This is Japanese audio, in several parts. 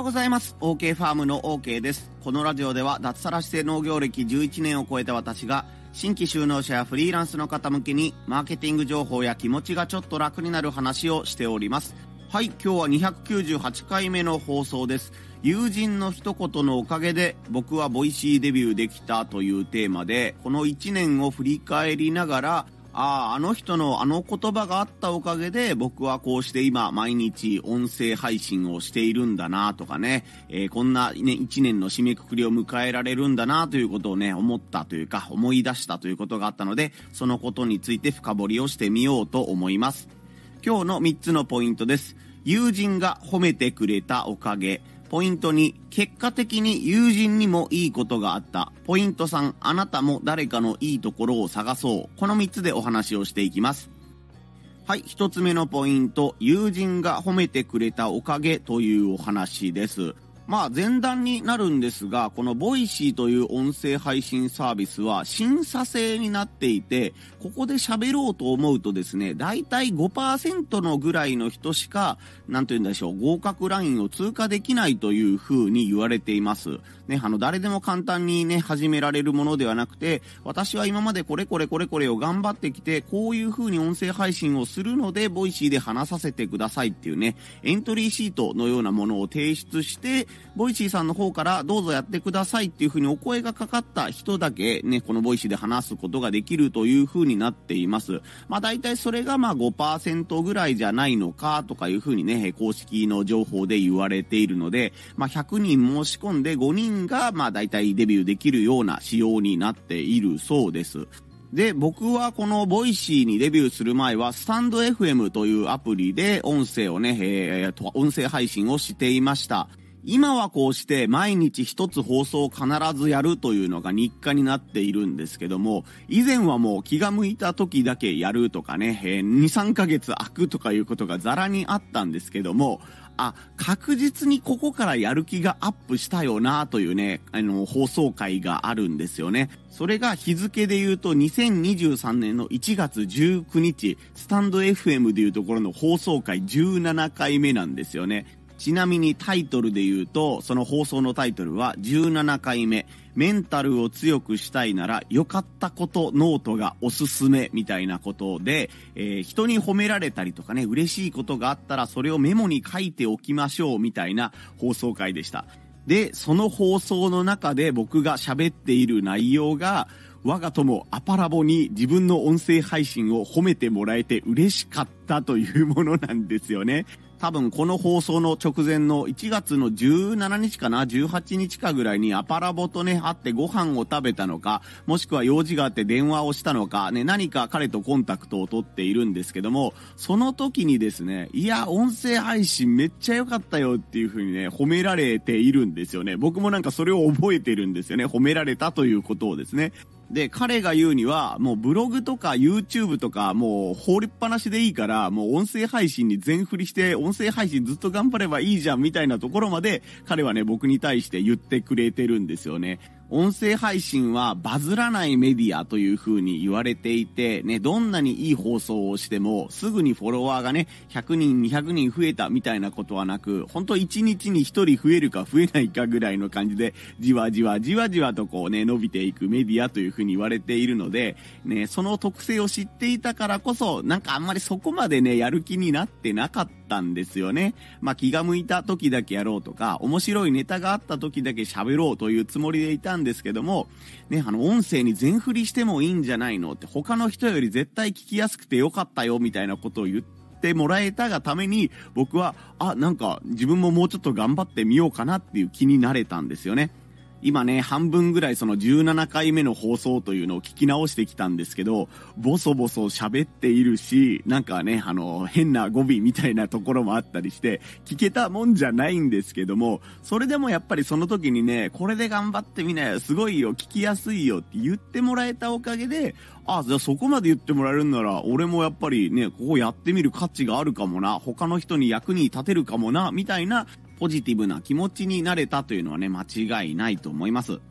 ございます。 OK ファームの OK です。このラジオでは脱サラして農業歴11年を超えた私が新規就農者やフリーランスの方向けにマーケティング情報や気持ちがちょっと楽になる話をしております。はい、今日は298回目の放送です。友人の一言のおかげで僕はボイシーデビューできたというテーマで、この1年を振り返りながら、あの人のあの言葉があったおかげで僕はこうして今毎日音声配信をしているんだなとかね、こんなね1年の締めくくりを迎えられるんだなということをね思ったというか思い出したということがあったので、そのことについて深掘りをしてみようと思います。今日の3つのポイントです。友人が褒めてくれたおかげ。ポイント2、結果的に友人にもいいことがあった。ポイント3、あなたも誰かのいいところを探そう。この3つでお話をしていきます。はい、1つ目のポイント、友人が褒めてくれたおかげというお話です。前段になるんですが、このボイシーという音声配信サービスは審査制になっていて、ここで喋ろうと思うとですね、だいたい 5% のぐらいの人しか、なんというんでしょう、合格ラインを通過できないという風に言われています。ね、誰でも簡単にね、始められるものではなくて、私は今までこれを頑張ってきて、こういう風に音声配信をするので、ボイシーで話させてくださいっていうね、エントリーシートのようなものを提出して、ボイシーさんの方からどうぞやってくださいっていう風にお声がかかった人だけね、このボイシーで話すことができるという風になっています。大体それが5% ぐらいじゃないのかとかいう風にね、公式の情報で言われているので、100人申し込んで5人が大体デビューできるような仕様になっているそうです。で、僕はこのボイシーにデビューする前はスタンド FM というアプリで音声をね、音声配信をしていました。今はこうして毎日一つ放送を必ずやるというのが日課になっているんですけども、以前はもう気が向いた時だけやるとかね、2、3ヶ月空くとかいうことがザラにあったんですけども、確実にここからやる気がアップしたよなというね、放送回があるんですよね。それが日付で言うと2023年の1月19日、スタンド FM でいうところの放送回17回目なんですよね。ちなみにタイトルで言うと、その放送のタイトルは17回目、メンタルを強くしたいなら良かったことノートがおすすめみたいなことで、人に褒められたりとかね、嬉しいことがあったらそれをメモに書いておきましょうみたいな放送回でした。で、その放送の中で僕が喋っている内容が、我が友アパラボに自分の音声配信を褒めてもらえて嬉しかったというものなんですよね。多分この放送の直前の1月の17日かな、18日かぐらいにアパラボとね、会ってご飯を食べたのか、もしくは用事があって電話をしたのか、ね、何か彼とコンタクトを取っているんですけども、その時にですね、いや、音声配信めっちゃ良かったよっていう風にね、褒められているんですよね。僕もなんかそれを覚えてるんですよね。褒められたということをですね。で、彼が言うには、もうブログとか YouTube とかもう放りっぱなしでいいから、もう音声配信に全振りして、音声配信ずっと頑張ればいいじゃんみたいなところまで、彼はね、僕に対して言ってくれてるんですよね。音声配信はバズらないメディアという風に言われていて、ね、どんなにいい放送をしても、すぐにフォロワーがね、100人、200人増えたみたいなことはなく、本当1日に1人増えるか増えないかぐらいの感じで、じわじわとこうね、伸びていくメディアという風に言われているので、ね、その特性を知っていたからこそ、なんかあんまりそこまでね、やる気になってなかったんですよね。気が向いた時だけやろうとか、面白いネタがあった時だけ喋ろうというつもりでいたんですけども、ね、音声に全振りしてもいいんじゃないのって、他の人より絶対聞きやすくてよかったよみたいなことを言ってもらえたがために、僕はなんか自分ももうちょっと頑張ってみようかなっていう気になれたんですよね。今ね、半分ぐらいその17回目の放送というのを聞き直してきたんですけど、ボソボソ喋っているし、なんかね、変な語尾みたいなところもあったりして、聞けたもんじゃないんですけども、それでもやっぱりその時にね、これで頑張ってみなよ、すごいよ、聞きやすいよって言ってもらえたおかげで、じゃあそこまで言ってもらえるんなら、俺もやっぱりね、ここやってみる価値があるかもな、他の人に役に立てるかもな、みたいな、ポジティブな気持ちになれたというのはね、間違いないと思います。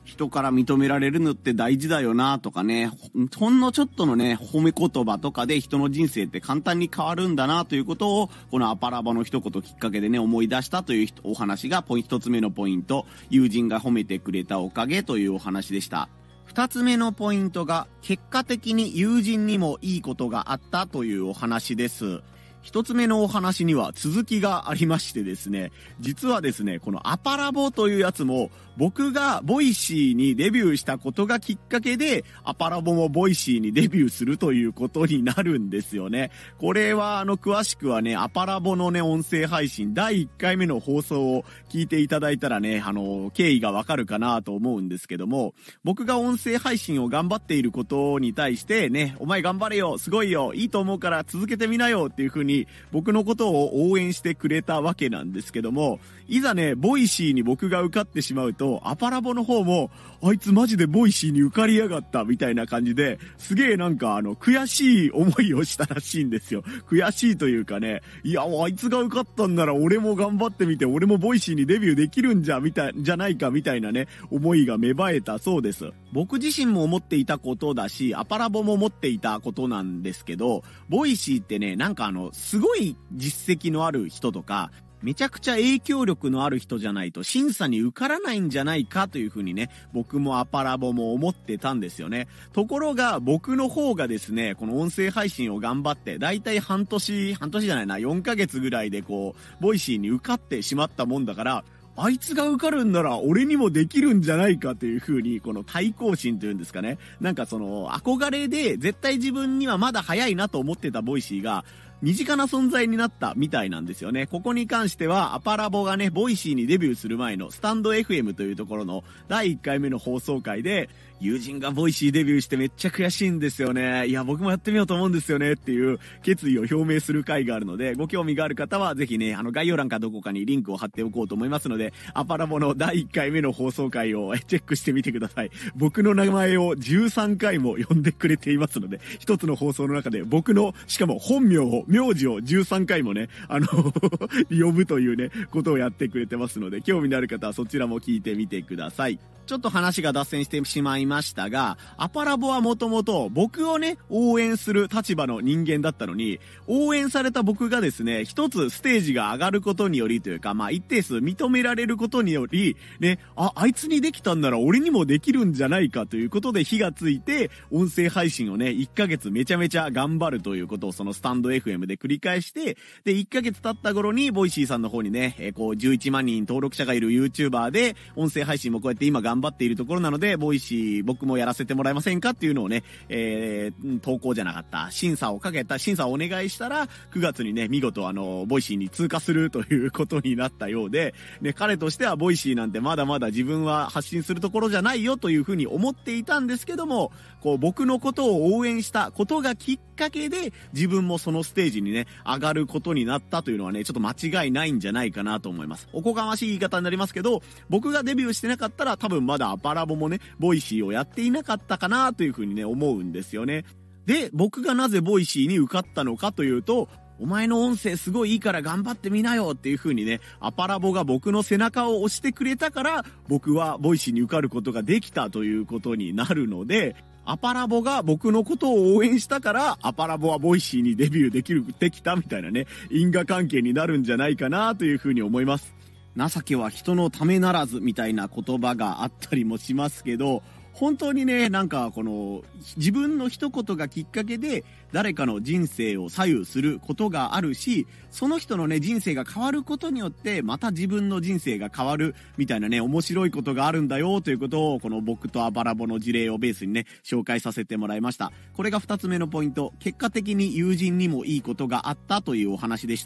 人から認められるのって大事だよなとかね、ほんのちょっとのね、褒め言葉とかで人の人生って簡単に変わるんだなということを、このアパラボの一言きっかけでね、思い出したというお話が一つ目のポイント、友人が褒めてくれたおかげというお話でした。二つ目のポイントが、結果的に友人にもいいことがあったというお話です。一つ目のお話には続きがありましてですね、実はですね、このアパラボというやつも、僕がボイシーにデビューしたことがきっかけで、アパラボもボイシーにデビューするということになるんですよね。これは詳しくはね、アパラボのね、音声配信第1回目の放送を聞いていただいたらね、経緯がわかるかなと思うんですけども、僕が音声配信を頑張っていることに対してね、お前頑張れよ、すごいよ、いいと思うから続けてみなよっていう風に僕のことを応援してくれたわけなんですけども、いざね、ボイシーに僕が受かってしまうと、アパラボの方も、あいつマジでボイシーに受かりやがったみたいな感じで、すげえなんか悔しい思いをしたらしいんですよ。悔しいというかね、いや、あいつが受かったんなら俺も頑張ってみて、俺もボイシーにデビューできるんじゃないかみたいなね、思いが芽生えたそうです。僕自身も思っていたことだし、アパラボも思っていたことなんですけど、ボイシーってね、なんかすごい実績のある人とか、めちゃくちゃ影響力のある人じゃないと審査に受からないんじゃないかというふうにね、僕もアパラボも思ってたんですよね。ところが僕の方がですね、この音声配信を頑張って、だいたい半年じゃないな、4ヶ月ぐらいでボイシーに受かってしまったもんだから、あいつが受かるんなら俺にもできるんじゃないかという風に、この対抗心というんですかね。なんか憧れで絶対自分にはまだ早いなと思ってたボイシーが、身近な存在になったみたいなんですよね。ここに関しては、アパラボがね、ボイシーにデビューする前のスタンド FM というところの第1回目の放送回で、友人がボイシーデビューしてめっちゃ悔しいんですよね。いや、僕もやってみようと思うんですよねっていう決意を表明する回があるので、ご興味がある方はぜひね、概要欄かどこかにリンクを貼っておこうと思いますので、アパラボの第1回目の放送回をチェックしてみてください。僕の名前を13回も呼んでくれていますので、一つの放送の中で僕の、しかも本名を、名字を13回もね、呼ぶというね、ことをやってくれてますので、興味のある方はそちらも聞いてみてください。ちょっと話が脱線してしまいましたが、アパラボはもともと僕をね、応援する立場の人間だったのに、応援された僕がですね、一つステージが上がることによりというか、一定数認められることにより、ね、あいつにできたんなら俺にもできるんじゃないかということで火がついて、音声配信をね、1ヶ月めちゃめちゃ頑張るということをそのスタンド FM で繰り返して、で、1ヶ月経った頃に、ボイシーさんの方にね、11万人登録者がいる YouTuber で、音声配信もこうやって今頑張っているところなので、ボイシー僕もやらせてもらえませんかっていうのをね、投稿じゃなかった、審査をお願いしたら、9月にね、見事ボイシーに通過するということになったようで、ね、彼としてはボイシーなんてまだまだ自分は発信するところじゃないよというふうに思っていたんですけども、僕のことを応援したことがきっかけで、自分もそのステージにね、上がることになったというのはね、ちょっと間違いないんじゃないかなと思います。おこがましい言い方になりますけど、僕がデビューしてなかったら多分まだアパラボもね、ボイシーをやっていなかったかなというふうにね、思うんですよね。で、僕がなぜボイシーに受かったのかというと、お前の音声すごいいいから頑張ってみなよっていう風にね、アパラボが僕の背中を押してくれたから、僕はボイシーに受かることができたということになるので、アパラボが僕のことを応援したから、アパラボはボイシーにデビューできたみたいなね、因果関係になるんじゃないかなという風に思います。情けは人のためならずみたいな言葉があったりもしますけど、本当にね、なんか自分の一言がきっかけで誰かの人生を左右することがあるし、その人のね、人生が変わることによってまた自分の人生が変わるみたいなね、面白いことがあるんだよということを、この僕とアパラボの事例をベースにね、紹介させてもらいました。これが2つ目のポイント、結果的に友人にもいいことがあったというお話でした。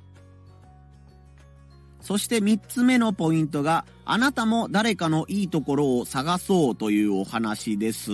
そして3つ目のポイントが、あなたも誰かのいいところを探そうというお話です。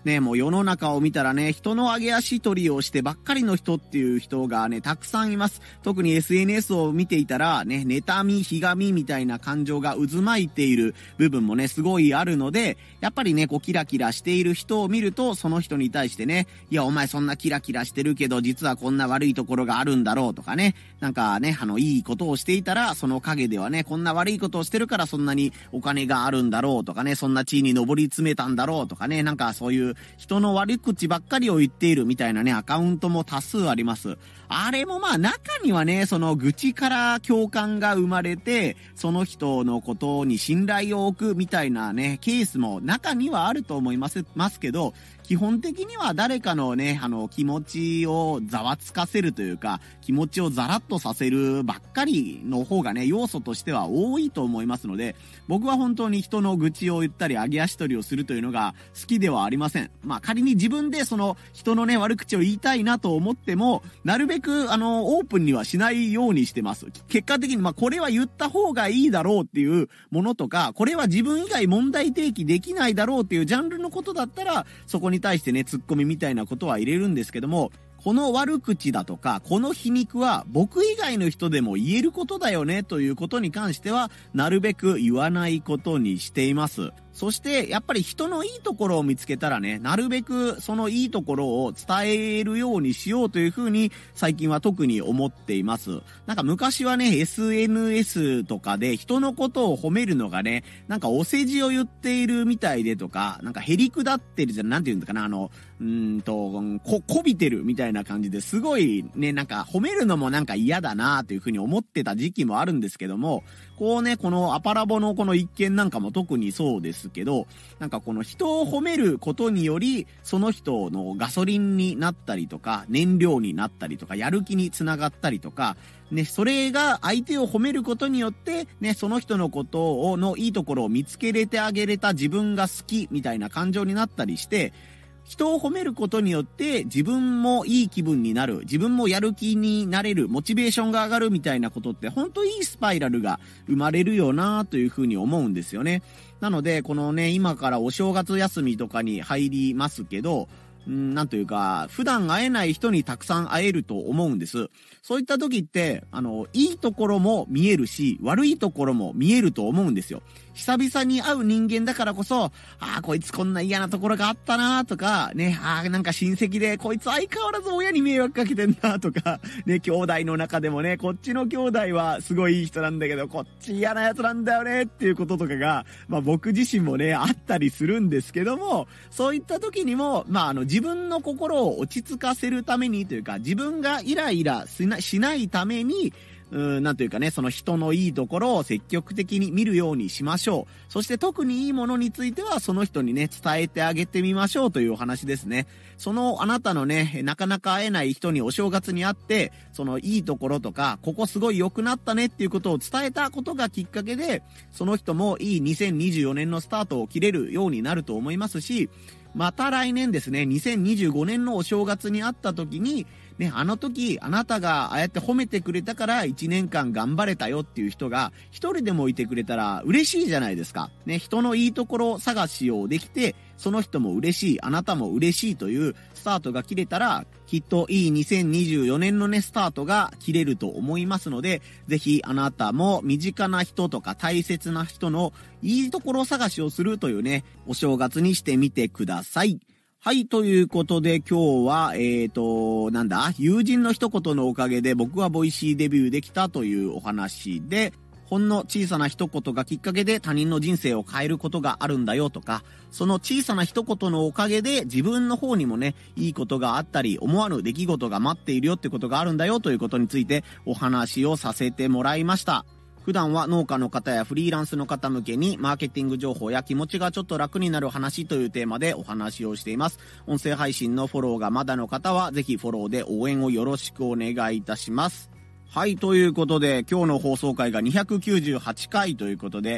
ね、もう世の中を見たらね、人の上げ足取りをしてばっかりの人っていう人がね、たくさんいます。特に SNS を見ていたらね、妬み、ひがみみたいな感情が渦巻いている部分もね、すごいあるので、やっぱりね、こうキラキラしている人を見ると、その人に対してね、いやお前そんなキラキラしてるけど、実はこんな悪いところがあるんだろうとかね、なんかね、いいことをしていたら、その陰ではね、こんな悪いことをしてるからそんなにお金があるんだろうとかね、そんな地位に上り詰めたんだろうとかね、なんかそういう人の悪口ばっかりを言っているみたいなね、アカウントも多数あります。あれもまあ中にはね、その愚痴から共感が生まれて、その人のことに信頼を置くみたいなね、ケースも中にはあると思いますけど、基本的には誰かのね、気持ちをざわつかせるというか、気持ちをザラッとさせるばっかりの方がね、要素としては多いと思いますので、僕は本当に人の愚痴を言ったり、上げ足取りをするというのが好きではありません。まあ仮に自分でその人のね、悪口を言いたいなと思っても、なるべくオープンにはしないようにしてます。結果的にこれは言った方がいいだろうっていうものとか、これは自分以外問題提起できないだろうっていうジャンルのことだったら、そこに対してね、ツッコミみたいなことは入れるんですけども、この悪口だとか、この皮肉は僕以外の人でも言えることだよねということに関しては、なるべく言わないことにしています。そして、やっぱり人のいいところを見つけたらね、なるべくそのいいところを伝えるようにしようというふうに最近は特に思っています。なんか昔はね、SNS とかで人のことを褒めるのがね、なんかお世辞を言っているみたいでとか、なんかへりくだってるなんて言うんだかな、こびてるみたいな感じですごいね、なんか褒めるのもなんか嫌だなというふうに思ってた時期もあるんですけども、こうね、このアパラボのこの一件なんかも特にそうですけど、なんかこの人を褒めることにより、その人のガソリンになったりとか、燃料になったりとか、やる気につながったりとか、ね、それが相手を褒めることによって、ね、その人のことのいいところを見つけれてあげれた自分が好きみたいな感情になったりして、人を褒めることによって自分もいい気分になる、自分もやる気になれる、モチベーションが上がるみたいなことって本当いいスパイラルが生まれるよなというふうに思うんですよね。なのでこのね、今からお正月休みとかに入りますけど、なんというか、普段会えない人にたくさん会えると思うんです。そういった時って、いいところも見えるし、悪いところも見えると思うんですよ。久々に会う人間だからこそ、こいつこんな嫌なところがあったなとか、ね、なんか親戚で、こいつ相変わらず親に迷惑かけてんなとか、ね、兄弟の中でもね、こっちの兄弟はすごいいい人なんだけど、こっち嫌なやつなんだよねっていうこととかが、僕自身もね、あったりするんですけども、そういった時にも、自分の心を落ち着かせるためにというか、自分がイライラしないために、なんというかね、その人のいいところを積極的に見るようにしましょう。そして特にいいものについてはその人にね、伝えてあげてみましょうというお話ですね。そのあなたのね、なかなか会えない人にお正月に会って、そのいいところとか、ここすごい良くなったねっていうことを伝えたことがきっかけで、その人もいい2024年のスタートを切れるようになると思いますし、また来年ですね、2025年のお正月に会った時に、ね、あの時、あなたがああやって褒めてくれたから1年間頑張れたよっていう人が一人でもいてくれたら嬉しいじゃないですか。ね、人のいいところ探しをできて、その人も嬉しい、あなたも嬉しいというスタートが切れたら、きっといい2024年のね、スタートが切れると思いますので、ぜひあなたも身近な人とか大切な人のいいところ探しをするというね、お正月にしてみてください。はい、ということで今日は、友人の一言のおかげで僕はボイシーデビューできたというお話で、ほんの小さな一言がきっかけで他人の人生を変えることがあるんだよとか、その小さな一言のおかげで自分の方にもね、いいことがあったり、思わぬ出来事が待っているよってことがあるんだよということについてお話をさせてもらいました。普段は農家の方やフリーランスの方向けにマーケティング情報や気持ちがちょっと楽になる話というテーマでお話をしています。音声配信のフォローがまだの方はぜひフォローで応援をよろしくお願いいたします。はい、ということで今日の放送回が298回ということで、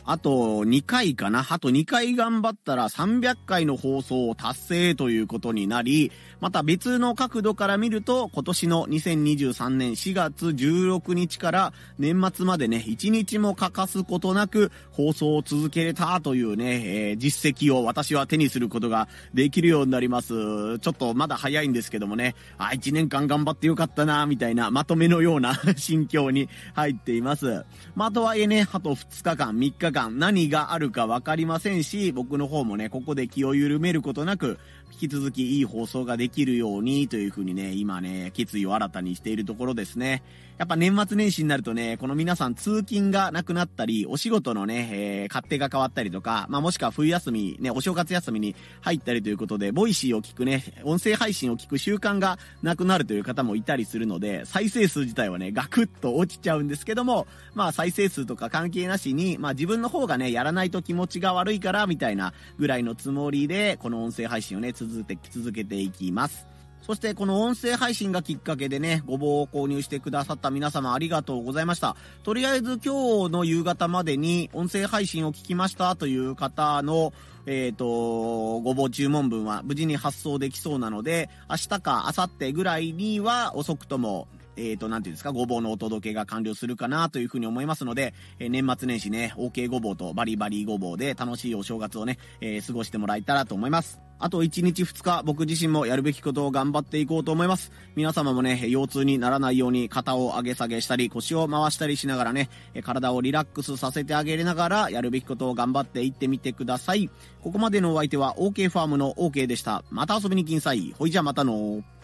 あと2回かな。あと2回頑張ったら300回の放送を達成ということになり、また別の角度から見ると、今年の2023年4月16日から年末までね、1日も欠かすことなく放送を続けれたというね、実績を私は手にすることができるようになります。ちょっとまだ早いんですけどもね、1年間頑張ってよかったな、みたいなまとめのような心境に入っています。あとはいえね、あと2日間、3日間、何があるかわかりませんし、僕の方もね、ここで気を緩めることなく、引き続きいい放送ができるようにというふうにね、今ね、決意を新たにしているところですね。やっぱ年末年始になるとね、この皆さん通勤がなくなったり、お仕事のね、勝手が変わったりとか、もしくは冬休み、ね、お正月休みに入ったりということで、ボイシーを聞くね、音声配信を聞く習慣がなくなるという方もいたりするので、再生数自体はね、ガクッと落ちちゃうんですけども、再生数とか関係なしに、自分の方がね、やらないと気持ちが悪いから、みたいなぐらいのつもりで、この音声配信をね、続けていきます。そしてこの音声配信がきっかけでね、ごぼうを購入してくださった皆様ありがとうございました。とりあえず今日の夕方までに音声配信を聞きましたという方のごぼう注文分は無事に発送できそうなので、明日か明後日ぐらいには遅くともなんていうんですか、ごぼうのお届けが完了するかなというふうに思いますので、年末年始ね、OK ごぼうとバリバリごぼうで楽しいお正月をね、過ごしてもらえたらと思います。あと1日2日、僕自身もやるべきことを頑張っていこうと思います。皆様もね、腰痛にならないように肩を上げ下げしたり、腰を回したりしながらね、体をリラックスさせてあげながら、やるべきことを頑張っていってみてください。ここまでのお相手は OK ファームの OK でした。また遊びに来んさい。ほいじゃまたの。